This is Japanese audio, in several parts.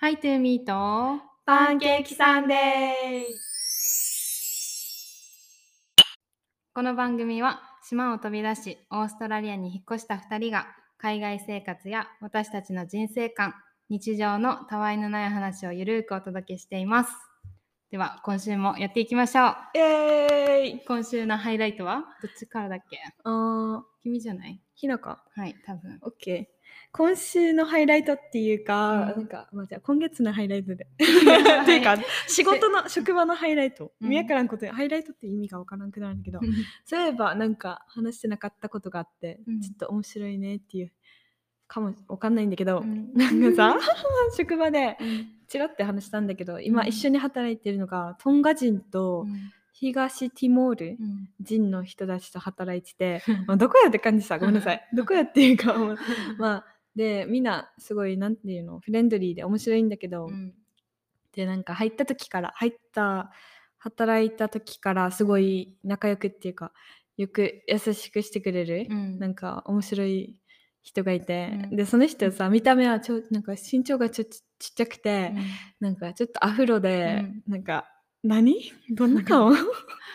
Hi to me とパンケーキサンデー。 この番組は島を飛び出しオーストラリアに引っ越した2人が海外生活や私たちの人生観、日常のたわいのない話をゆるくお届けしています。では今週もやっていきましょう。 イエーイ。 今週のハイライトはどっちからだっけ？君じゃない？ ひなか。 はい、多分。 オッケー。今週のハイライトっていうか、 うんじゃあ今月のハイライトで。っていうか、仕事の職場のハイライト。 うん見やからんことで、ハイライトって意味がわからんくなるんだけど、そういえば話してなかったことがあって、ちょっと面白いねっていうかもわかんないんだけど、さ、職場でチラって話したんだけど、今一緒に働いてるのがトンガ人と東ティモール人の人たちと働いてて、どこやって感じさ、ごめんなさい。どこやっていうか、でみんなすごいなんていうのフレンドリーで面白いんだけど、で働いた時からすごい仲良くっていうか、よく優しくしてくれる、面白い人がいて、でその人さ、見た目は身長がちっちゃくて、ちょっとアフロで、何どんな顔子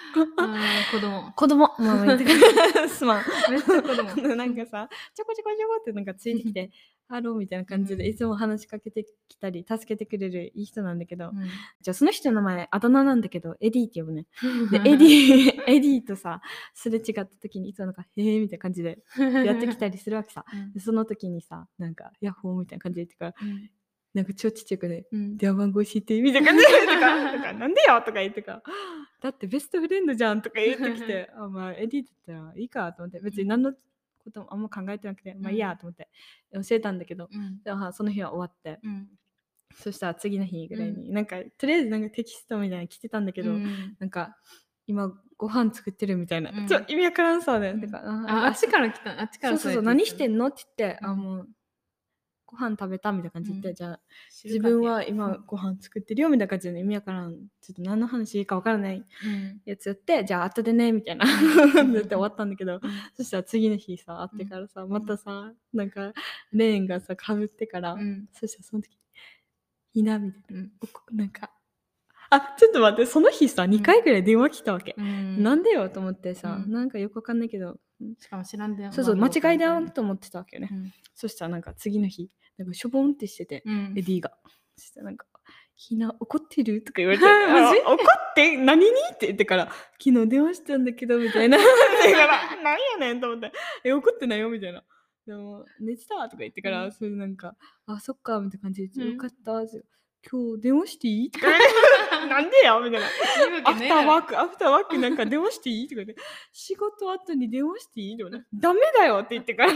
供すまんめっちゃ子供さちょこちょこちょこってついてきてハローみたいな感じでいつも話しかけてきたり助けてくれるいい人なんだけど、じゃあその人の名前あだ名なんだけどエディって呼ぶね。でエディとさすれ違った時にいつもへーみたいな感じでやってきたりするわけさ。でその時にさヤッホーみたいな感じで言ってから超ちっちゃくね、電話番号教えてみたいな感じでとかなんでよとか言ってかだってベストフレンドじゃんとか言ってきてエディだったらいいかと思って、別に何のこともあんま考えてなくて、いいやと思って教えたんだけど、その日は終わって、そしたら次の日ぐらいにとりあえずテキストみたいなの来てたんだけど、今ご飯作ってるみたいな、意味わからんそうで、 あっちから来た、あっちからそう何してんのって言って、もうご飯食べたみたいな感じで言って、じゃあ自分は今ご飯作ってるよみたいな感じで、意味わからん、ちょっと何の話かわからないやつやって、じゃあ後でねみたいなで終わったんだけど、そしたら次の日さ会ってからさ、またさレーンがさかぶってから、そしたらその時いいなみたいな、ちょっと待って、その日さ2回ぐらい電話来たわけ、なんでよと思ってさ、よくわかんないけど、 しかも知らんでそう間違いだと思ってたわけよね、そしたら次の日しょぼんってしてて、エディがそしたらひな怒ってるとか言われてマジ怒って何にって言ってから、昨日電話したんだけどみたいなだから何やねんと思って、怒ってないよみたいな、でも寝てたとか言ってから、それそっかみたいな感じで、よかった今日電話していいとか言われてなんでやみたいなアフターワーク電話していいとか言って仕事後に電話していいとかね、ダメだよって言ってから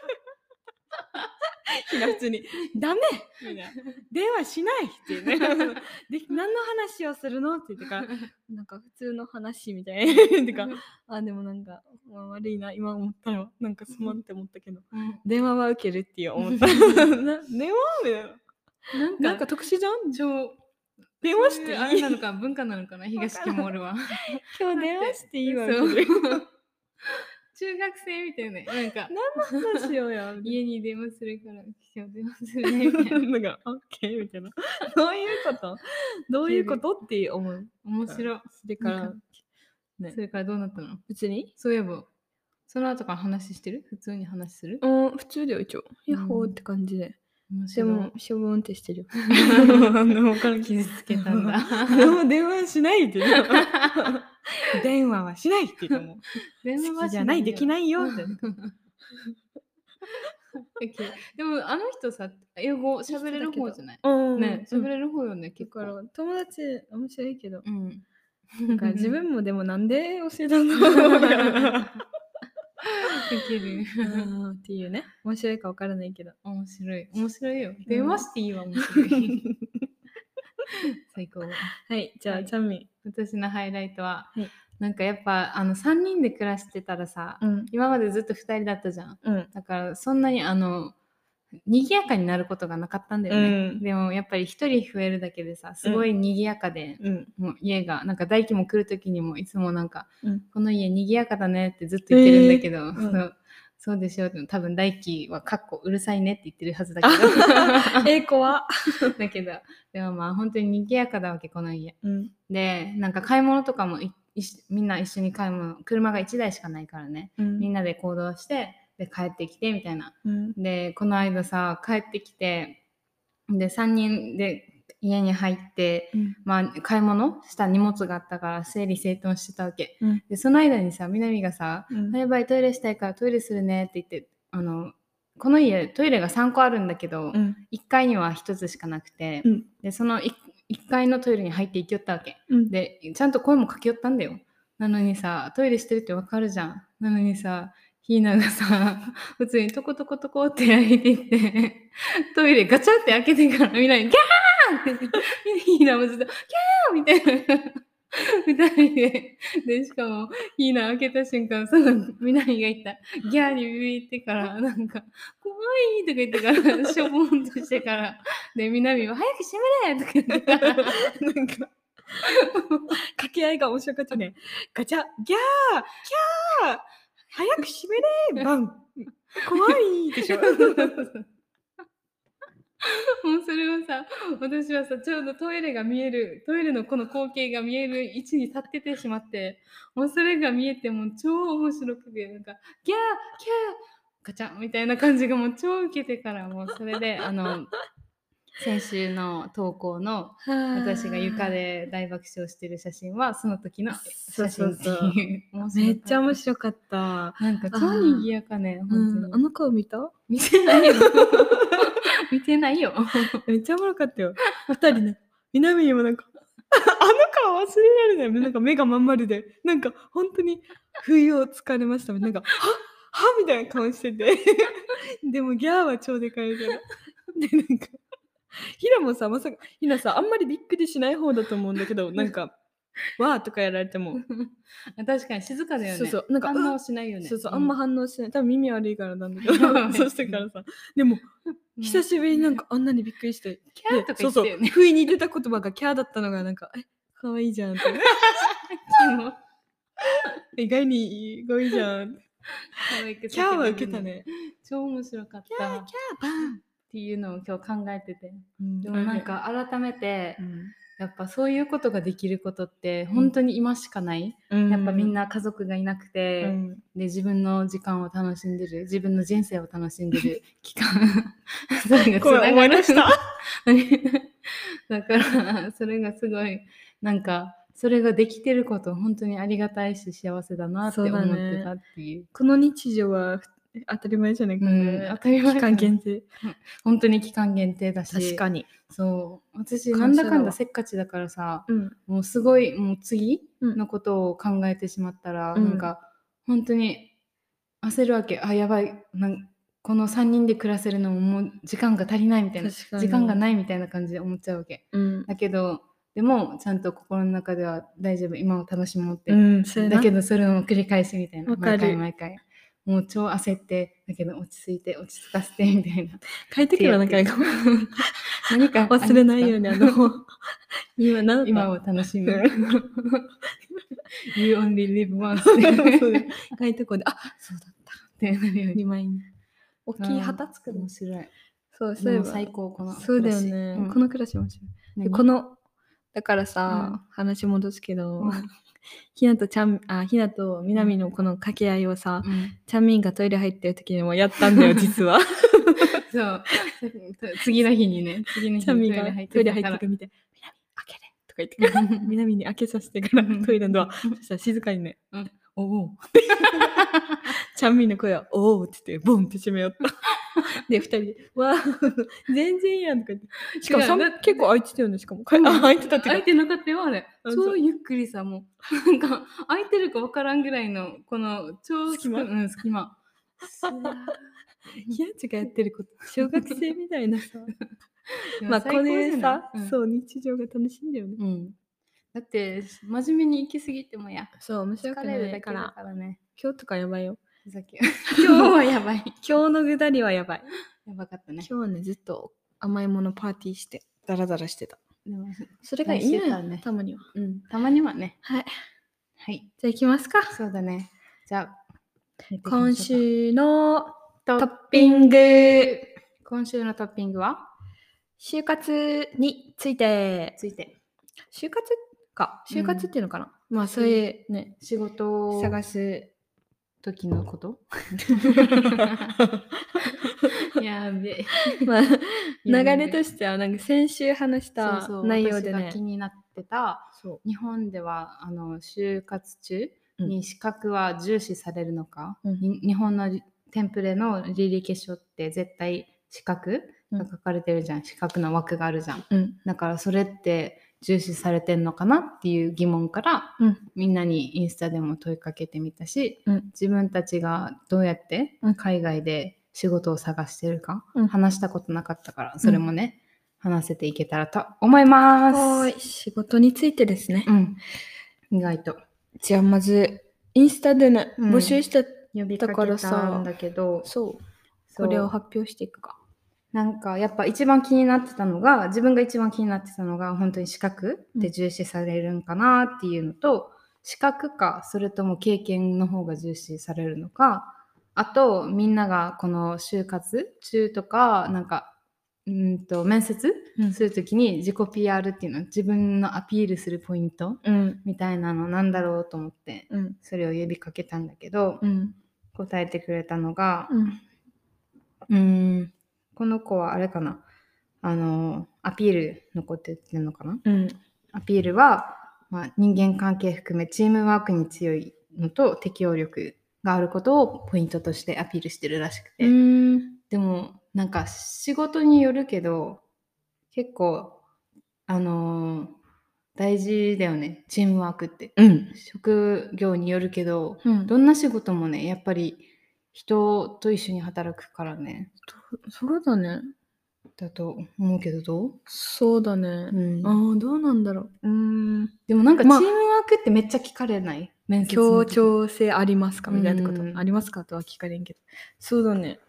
ひな普通にダメみたいな、電話しないっていうねで何の話をするのって言ってから普通の話みたいなてかでも悪いな今思ったのすまんって思ったけど、電話は受けるっていう思った電話みたいな特殊じゃん。電話していいあれなのか文化なのかな、東ティモールは今日電話していいわ中学生みたいな、 何の話をや家に電話するから今日電話するねみたいなオッケーみたいなどういうことって思う。 面白い。 それからそれからどうなったの？ 別にそういえばその後から話してる？普通に話する？ 普通だよ一応、ヤッホーって感じで、でもしょぼんってしてるよ傷つけたんだでも電話しないって電話はしないって言っても電話好きじゃないできないよってでもあの人さ英語喋れる方じゃない？ね、喋れる方よね。結構友達面白いけど、自分もでもなんで教えたのっていうね、面白いか分からないけど面白いよ。電話していいわ面白い最高。 はい、じゃあチャミ、 私のハイライトは、やっぱ3人で暮らしてたらさ、今までずっと2人だったじゃん、だからそんなに賑やかになることがなかったんだよね、でもやっぱり1人増えるだけでさすごい賑やかで、もう家が大輝も来る時にもいつもこの家賑やかだねってずっと言ってるんだけど、 そうでしょう。多分大輝はかっこうるさいねって言ってるはずだけど。 怖だけど、でもまあ本当に賑やかだわけ、この家。で、なんか買い物とかもみんな一緒に買い物、車が1台しかないからね。みんなで行動して、で、帰ってきてみたいな。で、この間さ、帰ってきて、で、3人で家に入って、まあ、買い物した荷物があったから整理整頓してたわけ。で、その間にさ、みなみがさ、やばい、トイレしたいからトイレするねって言って、この家、トイレが3個あるんだけど、1階には1つしかなくて、で、その1階のトイレに入って行きよったわけ。で、ちゃんと声もかけよったんだよ。なのにさ、トイレしてるってわかるじゃん。なのにさ、ひーながさ、普通にトコトコトコって開いていって、トイレガチャって開けてからみんなにギャーって、ひーなもずっとギャーみたいな。二人で、しかも、ひーな開けた瞬間、その、みなみが言った、ギャーにビビってから、なんか、怖いとか言ってから、しょぼんとしてから、で、みなみは、早く閉めれとか言ってから、なんか、 掛け合いが面白かったね。ガチャ、ギャーキャー早く閉めれバン怖いでしょもうそれをさ、私はさ、ちょうどトイレのこの光景が見える位置に立っててしまって、もうそれが見えても超面白くて、なんか、ギャーキャーガチャみたいな感じがもう超受けてから、もうそれで、先週の投稿の私が床で大爆笑してる写真はその時の写真っていう。 めっちゃ面白かった。 なんか超賑やかね、本当に。 あの顔見た？ 見てないよ。見てないよ。 めっちゃおもろかったよ。二人ね、南にもなんかあの顔忘れられない。なんか目がまん丸で、なんか本当に不意をつかれました。なんかはみたいな顔しててでもギャーは超でかいから。でなんかひなもさ、まさかひなさあんまりびっくりしない方だと思うんだけど、なんかわーとかやられても確かに静かだよね。 そうなんか反応しないよね。 そうあんま反応しない。多分耳悪いからなんだけどそうしてからさ、でも久しぶりになんかあんなにびっくりして、 キャーとか言ってよね。 不意に出た言葉がキャーだったのがなんか可愛いじゃんって意外に可愛いじゃん。キャーは受けたね。 超面白かった。キャーバンっていうのを今日考えてて、でもなんか改めて、やっぱそういうことができることって本当に今しかない、やっぱみんな家族がいなくて、で自分の時間を楽しんでる、自分の人生を楽しんでる期間それが思い出しただからそれがすごいなんかそれができてること本当にありがたいし幸せだなって思ってたっていう。 この日常は当たり前じゃないかね。 当たり前。 期間限定。 本当に期間限定だし。 確かに。 そう私なんだかんだせっかちだからさ、もうすごいもう次のことを考えてしまったら、なんか本当に焦るわけ。やばいこの3人で暮らせるのももう時間が足りないみたいな、時間がないみたいな感じで思っちゃうわけ。だけどでもちゃんと心の中では大丈夫、今を楽しもうって、だけどそれを繰り返しみたいな、毎回もう超焦って、だけど落ち着いて落ち着かせてみたいな。 帰ってくるなんか何か忘れないように今を楽しむ。You only live once って帰ってこで、そうだったってなるように。 大きい旗つくの面白い。 そういえば最高このそうだよね、この暮らし面白い。このだからさ、話戻すけど、ひなとみなみのこの掛け合いをさ、ちゃんみんがトイレ入ってる時にもやったんだよ実は。 そう次の日にちゃんみんがトイレ入ってく見て「みなみ開けれ」とか言ってからみなみに開けさせてからトイレのドアそしたら静かにね「おお」ちゃんみんの声は「おお」って言ってボンって閉めよった。で2人で「わー全然やん」とか言って、しかも結構開いてたよね。しかも開いてたって開いてなかったよあれ。超ゆっくりさ、もうなんか開いてるか分からんぐらいのこの超隙間。 ひやちがやってること小学生みたいなさまあこれさ、そう日常が楽しいんだよね。 だって真面目に行き過ぎてもそう面白くないからね。 今日とかやばいよ。 今日はやばい。 今日のぐだりはやばい。 やばかったね。 今日はねずっと甘いものパーティーしてダラダラしてた。それがいいよね。たまには。 たまにはね。 はい。 はい。 じゃあ行きますか。 そうだね。じゃあ今週のトッピング。今週のトッピングは就活について。就活か。就活っていうのかな、まあそういうね、 仕事を探す時のことやべえ。 まあ流れとしてはなんか先週話した内容でね、 私が気になってた、日本では就活中に資格は重視されるのか、日本のテンプレの履歴書って絶対資格が書かれてるじゃん、資格の枠があるじゃん、だからそれって重視されてんのかなっていう疑問から、みんなにインスタでも問いかけてみたし、自分たちがどうやって海外で仕事を探してるか、話したことなかったから、それもね、話せていけたらと思います。 仕事についてですね。 意外と。 じゃあまずインスタでね、募集して呼びかけたんだけど、 これを発表していくか。 なんかやっぱ一番気になってたのが、自分が一番気になってたのが、本当に資格って重視されるんかなっていうのと、資格かそれとも経験の方が重視されるのか、あとみんながこの就活中とかなんか面接するときに自己 PR っていうの、自分のアピールするポイント、みたいなのなんだろうと思って、それを呼びかけたんだけど、答えてくれたのが、この子はあれかな、アピールの子って言ってるのかな、アピールは、人間関係含めチームワークに強いのと適応力があることをポイントとしてアピールしてるらしくて、でもなんか仕事によるけど結構大事だよね、チームワークって、職業によるけど、どんな仕事もねやっぱり人と一緒に働くからね。 そうだね。 だと思うけど、どう？ そうだね。どうなんだろう。 でもなんかチームワークってめっちゃ聞かれない？面接の時。 協調性ありますかみたいなこと。ありますかとは聞かれんけど。そうだね。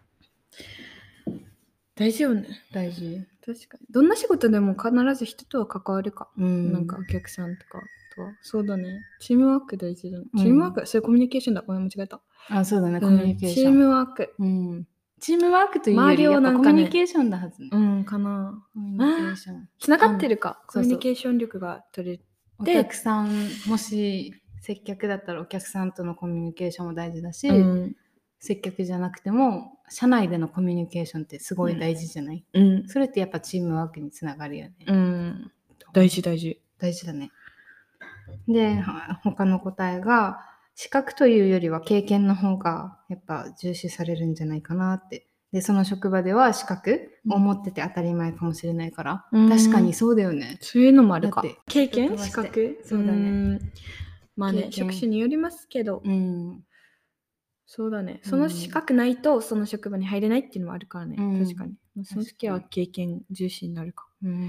大事よね。 大事。 確かに。どんな仕事でも必ず人とは関わるか。なんかお客さんとかとは。そうだね。チームワーク大事だね。チームワーク、それコミュニケーションだ。ごめん、間違えた。 そうだね、コミュニケーション。 チームワーク。 チームワークというよりやっぱコミュニケーションだはずね。 かな。 コミュニケーション。 つながってるか。コミュニケーション力が取れて。 お客さん、もし接客だったらお客さんとのコミュニケーションも大事だし、接客じゃなくても社内でのコミュニケーションってすごい大事じゃない？それってやっぱチームワークにつながるよね。 大事大事だね。で、他の答えが資格というよりは経験の方がやっぱ重視されるんじゃないかなって。で、その職場では資格を持ってて当たり前かもしれないから、確かにそうだよね。 そういうのもあるか。経験？資格？ そうだね。 まあね、職種によりますけど、そうだね。その資格ないとその職場に入れないっていうのもあるからね。確かに。その時は経験重視になるか。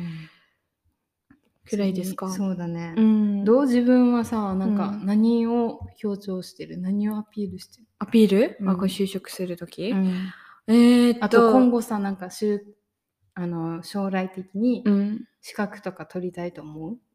くらいですか。 そうだね。どう自分はさ、なんか何を強調してる？何をアピールしてる？ アピール？これ就職するとき？ あと今後さ、なんか将来的に資格とか取りたいと思う？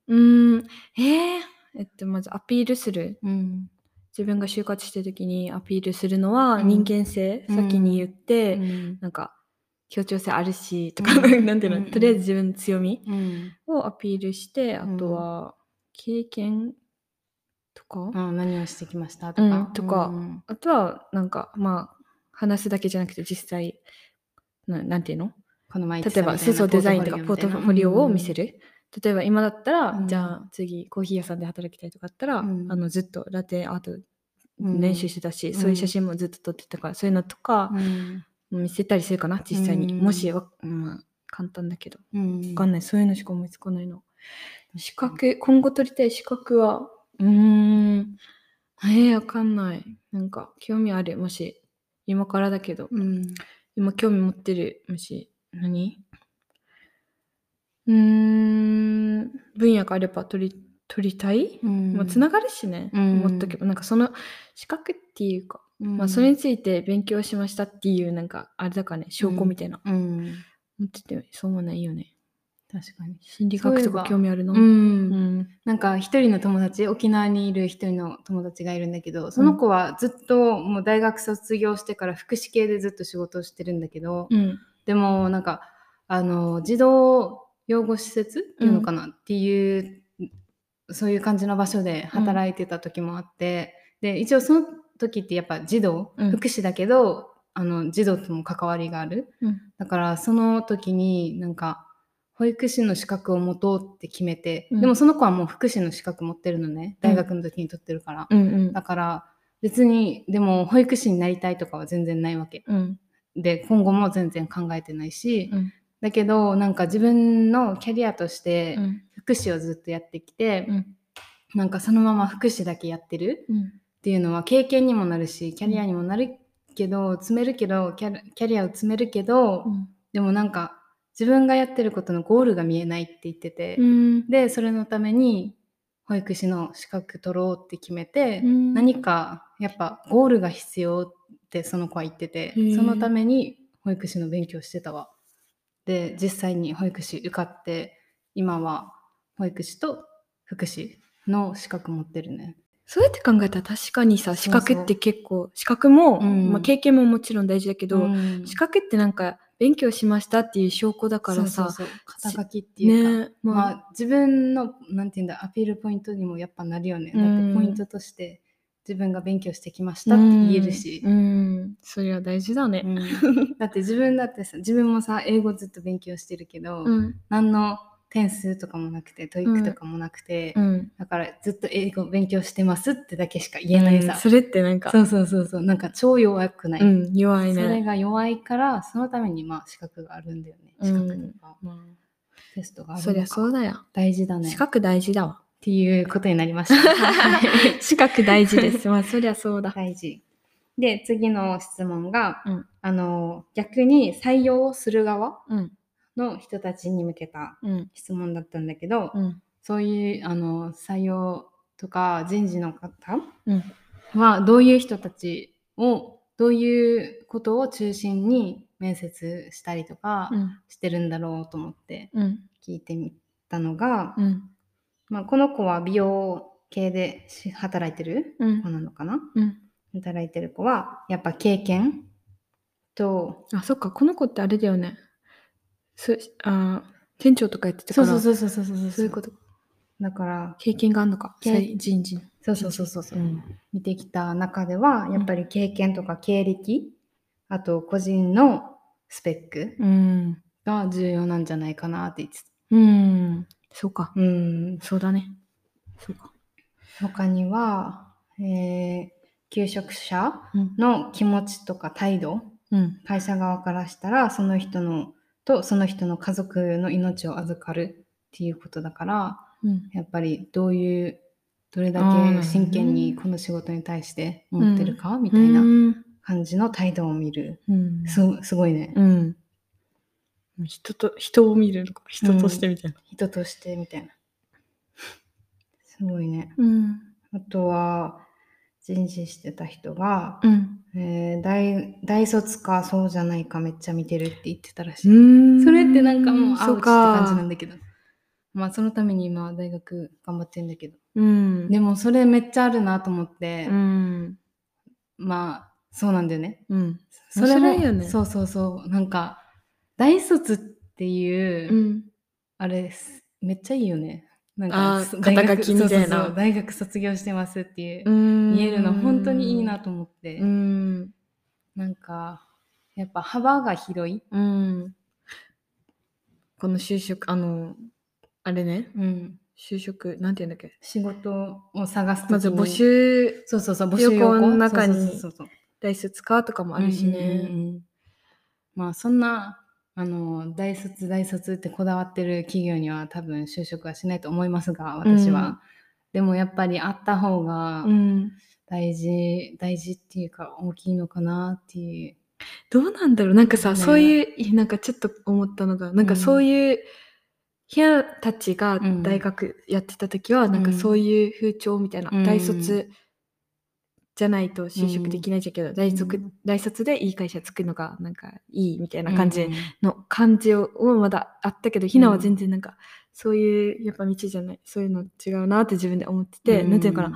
まずアピールする。自分が就活してるときにアピールするのは人間性、先に言って、なんか協調性あるしとか、なんていうの、とりあえず自分の強みをアピールして、あとは経験とか、 何をしてきましたとか、 あとはなんかまあ話すだけじゃなくて実際なんていうの、例えば清掃デザインとかポートフォリオを見せる。例えば今だったら、じゃあ次コーヒー屋さんで働きたいとかあったら、ずっとラテアート練習してたし、そういう写真もずっと撮ってたから、そういうのとか見せたりするかな、実際に。もし簡単だけど、わかんない。そういうのしか思いつかないの。資格、今後取りたい資格はわかんない。なんか興味ある。もし今からだけど、今興味持ってる。もし分野があれば取りたい、つながるしね、思ったけど、なんかその資格っていうか、それについて勉強しましたっていうなんかあれだからね、証拠みたいな、持っててそうもないよね。 確かに心理学とか興味あるの。 なんか一人の友達、沖縄にいる一人の友達がいるんだけど、その子はずっともう大学卒業してから福祉系でずっと仕事をしてるんだけど、でもなんか児童養護施設っていうのかな、っていうそういう感じの場所で働いてた時もあって、で一応その時ってやっぱ児童、福祉だけど児童とも関わりがある、だからその時になんか保育士の資格を持とうって決めて、でもその子はもう福祉の資格持ってるのね、大学の時に取ってるから、だから別にでも保育士になりたいとかは全然ないわけ、で今後も全然考えてないし、だけどなんか自分のキャリアとして福祉をずっとやってきて、なんかそのまま福祉だけやってるっていうのは経験にもなるしキャリアにもなるけど、キャリアを詰めるけど、でもなんか自分がやってることのゴールが見えないって言ってて、でそれのために保育士の資格取ろうって決めて、何かやっぱゴールが必要ってその子は言ってて、そのために保育士の勉強してたわ。で実際に保育士受かって今は保育士と福祉の資格持ってるね。 そうやって考えたら確かにさ、資格って結構資格も、経験ももちろん大事だけど、資格ってなんか勉強しましたっていう証拠だからさ、 肩書きっていうか、自分のなんていうんだアピールポイントにもやっぱなるよね。だってポイントとして自分が勉強してきましたって言えるし、 それは大事だね。 だって自分もさ英語ずっと勉強してるけど、何の点数とかもなくてトイックとかもなくて、だからずっと英語勉強してますってだけしか言えないさ、 それってなんかそうなんか超弱くない、 弱いね。 それが弱いからそのために資格があるんだよね。資格とか、テストがあるのか。 そりゃそうだよ。 大事だね。 資格大事だわっていうことになりました。 資格大事です。そりゃそうだ。 大事。で次の質問が、逆に採用する側の人たちに向けた質問だったんだけど、そういう採用とか人事の方はどういう人たちをどういうことを中心に面接したりとかしてるんだろうと思って聞いてみたのが、この子は美容系で働いてる子なのかな、働いてる子はやっぱ経験と、 そっか、この子ってあれだよね、店長とかやってたから、 そういうことだから経験があるのか、人事見てきた中ではやっぱり経験とか経歴、あと個人のスペックが重要なんじゃないかなって言ってた。 そうか、そうだね。そうか。 他には、求職者の気持ちとか態度、会社側からしたらその人の家族の命を預かるっていうことだから、やっぱりどれだけ真剣にこの仕事に対して思ってるかみたいな感じの態度を見る。すごいね。 人を見るのか、人としてみたいな。 人としてみたいな。すごいね。あとは人事してた人が、大卒かそうじゃないかめっちゃ見てるって言ってたらしい。それってなんかもうアウチって感じなんだけど、そのために今大学頑張ってんだけど、でもそれめっちゃあるなと思って、そうなんだよね。 それもいいよね。 そうなんか大卒っていう、あれですめっちゃいいよね。なんか肩書きみたいな。 大学卒業してますっていう言えるの本当にいいなと思って、なんかやっぱ幅が広い。 この就職あれね、就職なんていうんだっけ、 仕事を探すときにまず募集募集要項の中に大卒かとかもあるしね。 そんな大卒ってこだわってる企業には多分就職はしないと思いますが、私は、でもやっぱりあった方が大事っていうか大きいのかなっていう。 どうなんだろう、なんかさ、そういうなんかちょっと思ったのが、なんかそういうヒアたちが大学やってた時は、なんかそういう風潮みたいな、大卒じゃないと就職できないじゃけど、大卒でいい会社作るのがなんかいいみたいな感じの感じをまだあったけど、ひなは全然なんかそういうやっぱ道じゃない、そういうの違うなって自分で思ってて、なんていうか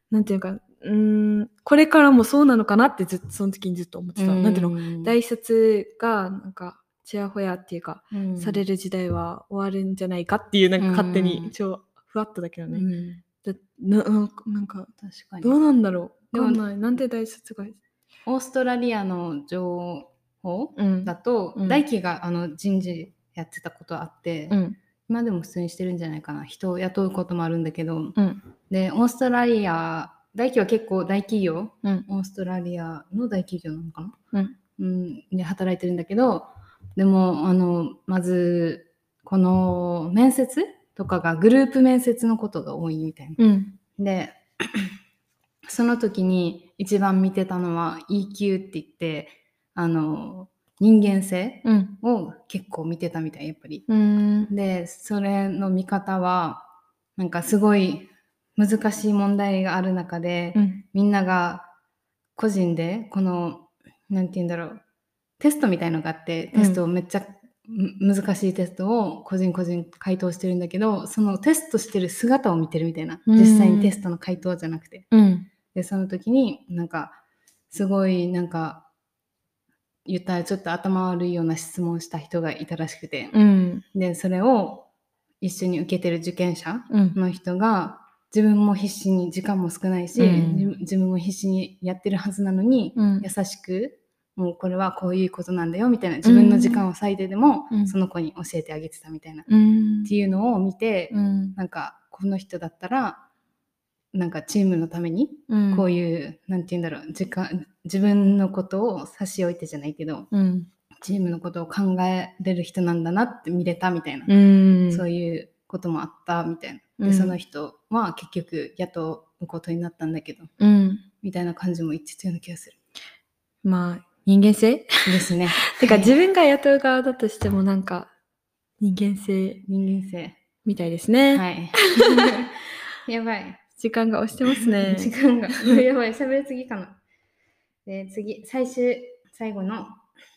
これからもそうなのかなってその時にずっと思ってた。なんていうの、大卒がなんかちやほやっていうか、される時代は終わるんじゃないかっていう、なんか勝手に超ふわっとだけどね。なんか確かにどうなんだろう。わかんない。なんで大卒がオーストラリアの情報だと、大輝が人事やってたことあって、今でも普通にしてるんじゃないかな。人を雇うこともあるんだけど、でオーストラリア大輝は結構大企業、オーストラリアの大企業なのかな、で働いてるんだけど、でもまずこの面接とかがグループ面接のことが多いみたいな、でその時に一番見てたのは EQ って言って人間性を結構見てたみたい、やっぱり。でそれの見方はなんかすごい難しい問題がある中で、みんなが個人でこのなんて言うんだろう、テストみたいのがあって、テストをめっちゃ難しいテストを個人回答してるんだけど、そのテストしてる姿を見てるみたいな、実際にテストの回答じゃなくて、でその時になんかすごいなんか言ったらちょっと頭悪いような質問した人がいたらしくて、でそれを一緒に受けてる受験者の人が、自分も必死に、時間も少ないし、自分も必死にやってるはずなのに、優しくもうこれはこういうことなんだよみたいな、自分の時間を割いてでも、その子に教えてあげてたみたいな、っていうのを見て、なんかこの人だったらなんかチームのためにこういう、なんて言うんだろう、自分のことを差し置いてじゃないけど、チームのことを考えれる人なんだなって見れたみたいな、そういうこともあったみたいな。でその人は結局雇うことになったんだけど、みたいな感じも言ってたような気がする。 まあ人間性ですね。 てか自分が雇う側だとしてもなんか人間性みたいですね。 はい。やばい。 時間が押してますね。 時間がやばい、喋りすぎかな。で次、最後の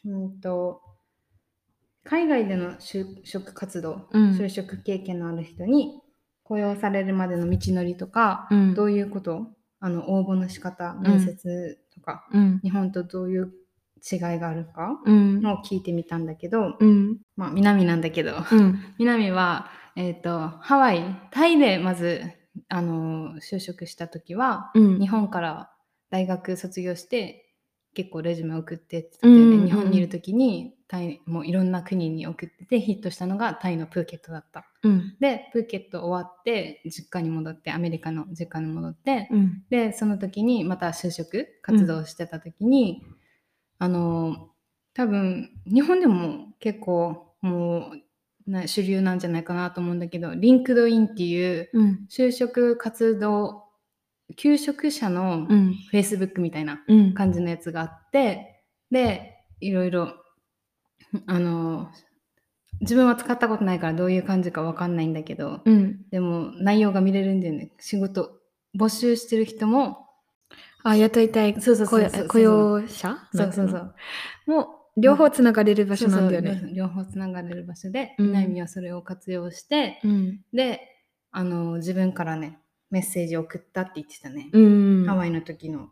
海外での就職活動、就職経験のある人に雇用されるまでの道のりとか、どういうこと応募の仕方、面接とか、日本とどういう違いがあるかを聞いてみたんだけど、まあ南なんだけど、南はハワイ、タイでまず就職した時は、日本から大学卒業して結構レジュメ送ってって言って、日本にいる時にタイもいろんな国に送っててヒットしたのがタイのプーケットだった、でプーケット終わって実家に戻って、アメリカの実家に戻って、でその時にまた就職活動してた時に、多分日本でも結構もう主流なんじゃないかなと思うんだけど、リンクドインっていう就職活動、求職者の Facebook みたいな感じのやつがあって、でいろいろ自分は使ったことないからどういう感じか分かんないんだけど、でも内容が見れるんだよね。仕事募集してる人も雇いたい雇用者もう両方つながれる場所なんだよね。 両方つながれる場所で、南はそれを活用して、で自分からねメッセージを送ったって言ってたね、ハワイの時の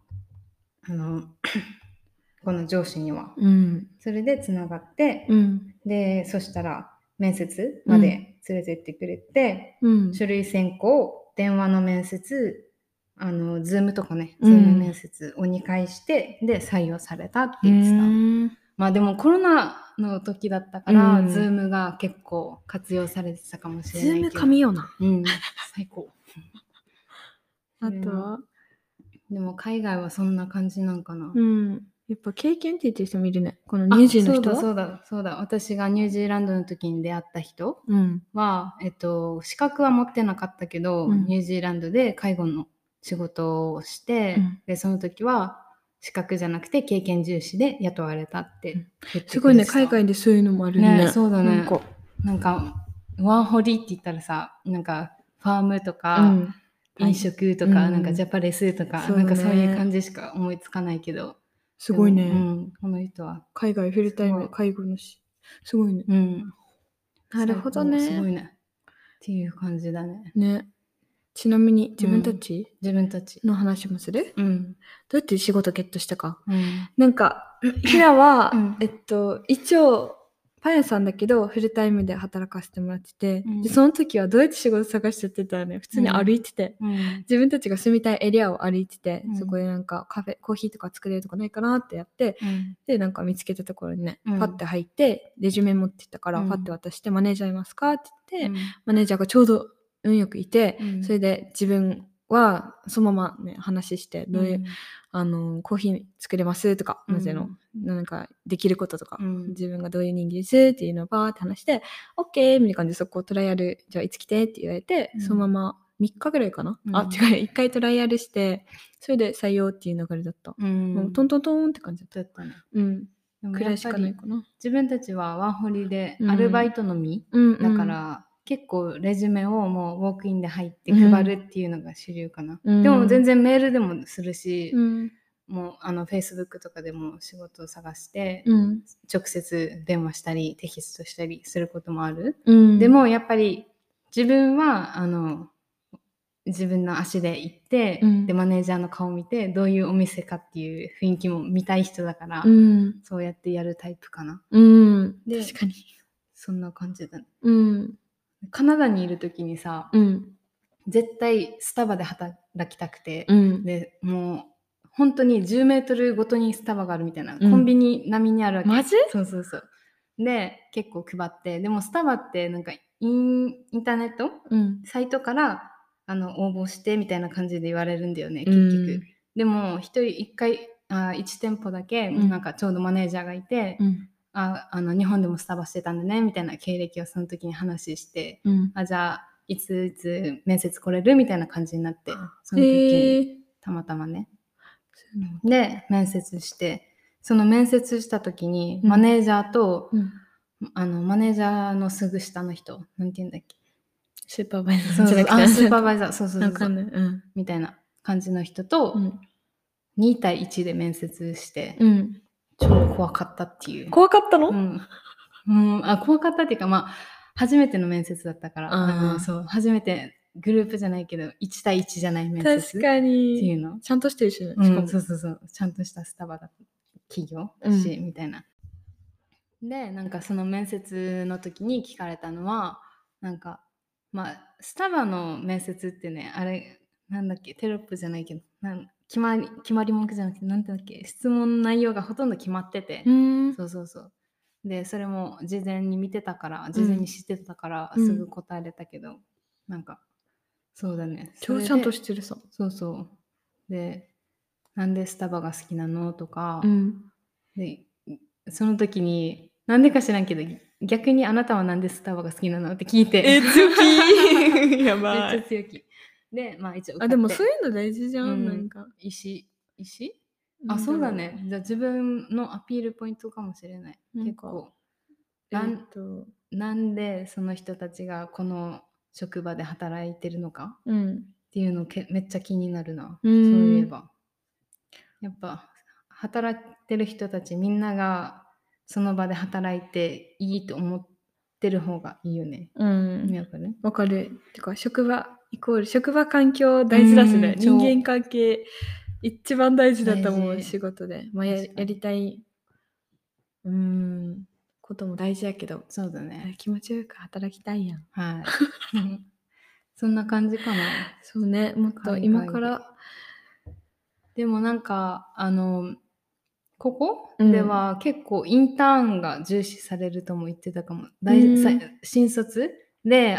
この上司には、それでつながって、でそしたら面接まで連れてってくれて、書類選考、電話の面接、Zoom とかね、Zoom 面接を2回して、で採用されたって言ってた。まあでもコロナの時だったから、Zoom が結構活用されてたかもしれないけど。 Zoom 神よな。 最高。 あとはでも海外はそんな感じなんかな。 やっぱ経験って言ってる人もいるね。このニュージーの人は。 そうだ。私がニュージーランドの時に出会った人は、資格は持ってなかったけど、ニュージーランドで介護の仕事をして、でその時は資格じゃなくて経験重視で雇われたって言ってくれてた。 すごいね、海外でそういうのもあるね。 そうだね。なんかワーホリって言ったらさ、なんかファームとか、 飲食とか、なんかジャパレスとか、なんかそういう感じしか思いつかないけど。 すごいね。 この人は。 海外フルタイム、介護のし。すごいね。なるほどね。 すごいね。っていう感じだね。 ね。ちなみに自分たちの話もする？どうやって仕事ゲットしたか。なんか、ひなは、一応、パン屋さんだけど、フルタイムで働かせてもらってて、でその時はどうやって仕事探してってたらね、普通に歩いてて、自分たちが住みたいエリアを歩いてて、そこでなんかカフェ、コーヒーとか作れるとかないかなってやって、で、なんか見つけたところにね、パッて入って、レジュメ持ってったから、パッて渡して、マネージャーいますかって言って、マネージャーがちょうど運よくいて、それで自分はそのままね、話して、どういう、コーヒー作れますとか、なんかできることとか、自分がどういう人間ですっていうのをバーって話して、OK! みたいな感じでそこをトライアル、じゃあいつ来てって言われて、そのまま3日ぐらいかな、違う、1回トライアルして、それで採用っていう流れだった。もうトントントンって感じだったね。くらいしかないかな。 自分たちはワーホリでアルバイトのみ、だから、結構レジュメをもうウォークインで入って配るっていうのが主流かな。でも全然メールでもするし、もうFacebook とかでも仕事を探して、直接電話したりテキストしたりすることもある。でもやっぱり自分は自分の足で行って、でマネージャーの顔を見てどういうお店かっていう雰囲気も見たい人だから、そうやってやるタイプかな。 で確かにそんな感じだね。カナダにいる時にさ、絶対スタバで働きたくて、でもう本当に10メートルごとにスタバがあるみたいな、コンビニ並みにあるわけ。 マジ？ そう。で結構配って、でもスタバってなんかインターネット、サイトから応募してみたいな感じで言われるんだよね、結局。でも1店舗だけなんかちょうどマネージャーがいて、日本でもスタバしてたんでねみたいな経歴をその時に話して、じゃあいつ面接来れるみたいな感じになって、その時にたまたまね、で面接して、その面接した時にマネージャーと、マネージャーのすぐ下の人、なんて言うんだっけ、 スーパーバイザーじゃなくて、 スーパーバイザー、そうみたいな感じの人と2対1で面接して、超怖かったっていう。 怖かったの？ 怖かったっていうか、初めての面接だったから、初めてグループじゃないけど1対1じゃない面接確かにっていうの、 ちゃんとしてるしね、 しかもそうちゃんとしたスタバだ企業だし、みたいな。でなんかその面接の時に聞かれたのは、なんかスタバの面接ってね、あれなんだっけ、テロップじゃないけど、決まり文句じゃなくて、なんてだっけ、質問内容がほとんど決まってて、そうでそれも事前に見てたから、事前に知ってたからすぐ答えれたけど、なんかそうだね、 超ちゃんとしてるさ。 そうで、なんでスタバが好きなのとか、でその時になんでか知らんけど、逆にあなたはなんでスタバが好きなのって聞いて、 強気やばい、 めっちゃ強気で、一応でもそういうの大事じゃん、なんか石そうだね。じゃあ自分のアピールポイントかもしれない。結構なんでその人たちがこの職場で働いてるのかっていうのめっちゃ気になるな。そういえばやっぱ働いてる人たちみんながその場で働いていいと思ってる方がいいよね。 わかる。てか職場イコール職場環境大事だしね。人間関係一番大事だと思う、仕事で。やりたいことも大事やけど、 そうだね。 気持ちよく働きたいやん。 はい。そんな感じかな。 そうね。もっと今から。 でもなんかここでは結構インターンが重視されるとも言ってたかも。新卒で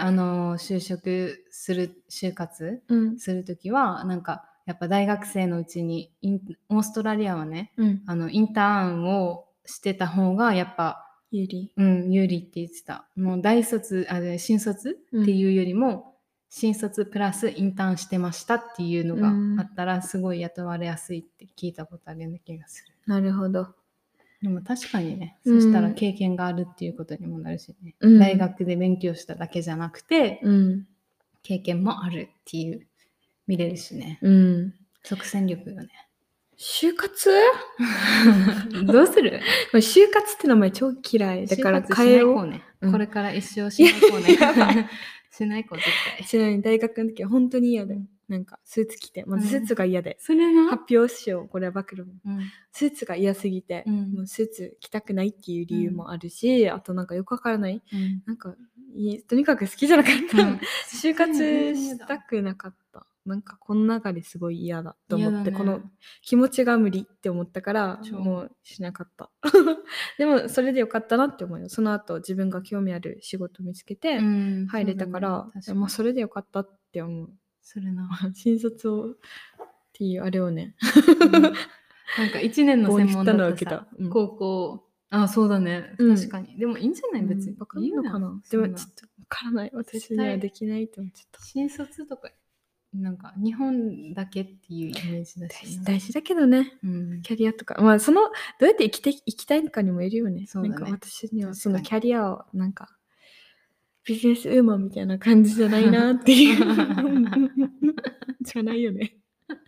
就活するときは、なんかやっぱ大学生のうちにオーストラリアはね、インターンをしてた方がやっぱ有利って言ってた。もう新卒っていうよりも、新卒プラスインターンしてましたっていうのがあったら、すごい雇われやすいって聞いたことあるような気がする。 なるほど。 でも確かにね、そしたら経験があるっていうことにもなるしね、大学で勉強しただけじゃなくて、経験もあるっていう見れるしね。即戦力よね。 就活どうする？ 就活って名前超嫌いだから変えようね。これから一生しないこうね。しないこう絶対。 しない。大学の時は本当に嫌で、なんかスーツ着て、まずスーツが嫌で、 それな発表しよう。これは暴露。スーツが嫌すぎて、もうスーツ着たくないっていう理由もあるし、あとなんかよくわからない。なんかとにかく好きじゃなかった。就活したくなかった。なんかこの流れすごい嫌だと思って、この気持ちが無理って思ったからもうしなかった。でもそれでよかったなって思うよ。その後自分が興味ある仕事見つけて入れたから、まあそれでよかったって思う。 それな。 新卒をっていうあれをね。 なんか1年の専門だったさ、高校。あ、そうだね。確かに。でもいいんじゃない？別に。 わかんのかな？でもちょっとわからない。私にはできないと思っちゃった。 新卒とかなんか日本だけっていうイメージだし、 大事だけどね、キャリアとか、まあそのどうやって生きたいかにもよるよね。なんか私にはそのキャリアをなんかビジネスウーマンみたいな感じじゃないなっていうじゃないよね。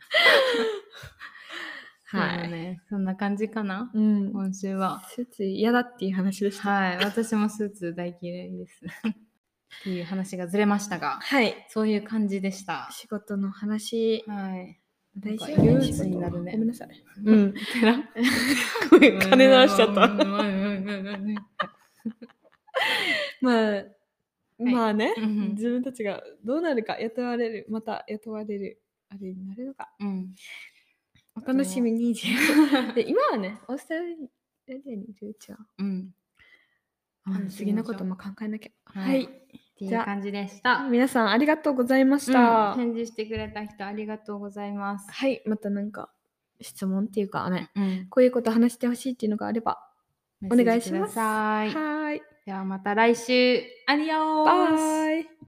はい、そんな感じかな、今週は。 スーツ嫌だっていう話でした。 はい、私もスーツ大嫌いですっていう話がずれましたが、はい、そういう感じでした。 仕事の話、 はい、 大事憂鬱になるね。 ごめんなさい。金鳴らしちゃった。まあね、自分たちがどうなるか、また雇われるあれになるのか、お楽しみに。で今はね、オーストラリアにいるうちは、次のことも考えなきゃ。はい。 っていう感じでした。 皆さんありがとうございました。 返事してくれた人ありがとうございます。 はい、またなんか質問っていうかね、こういうこと話してほしいっていうのがあればお願いします。 はい。ではまた来週。アディオース。 バイ。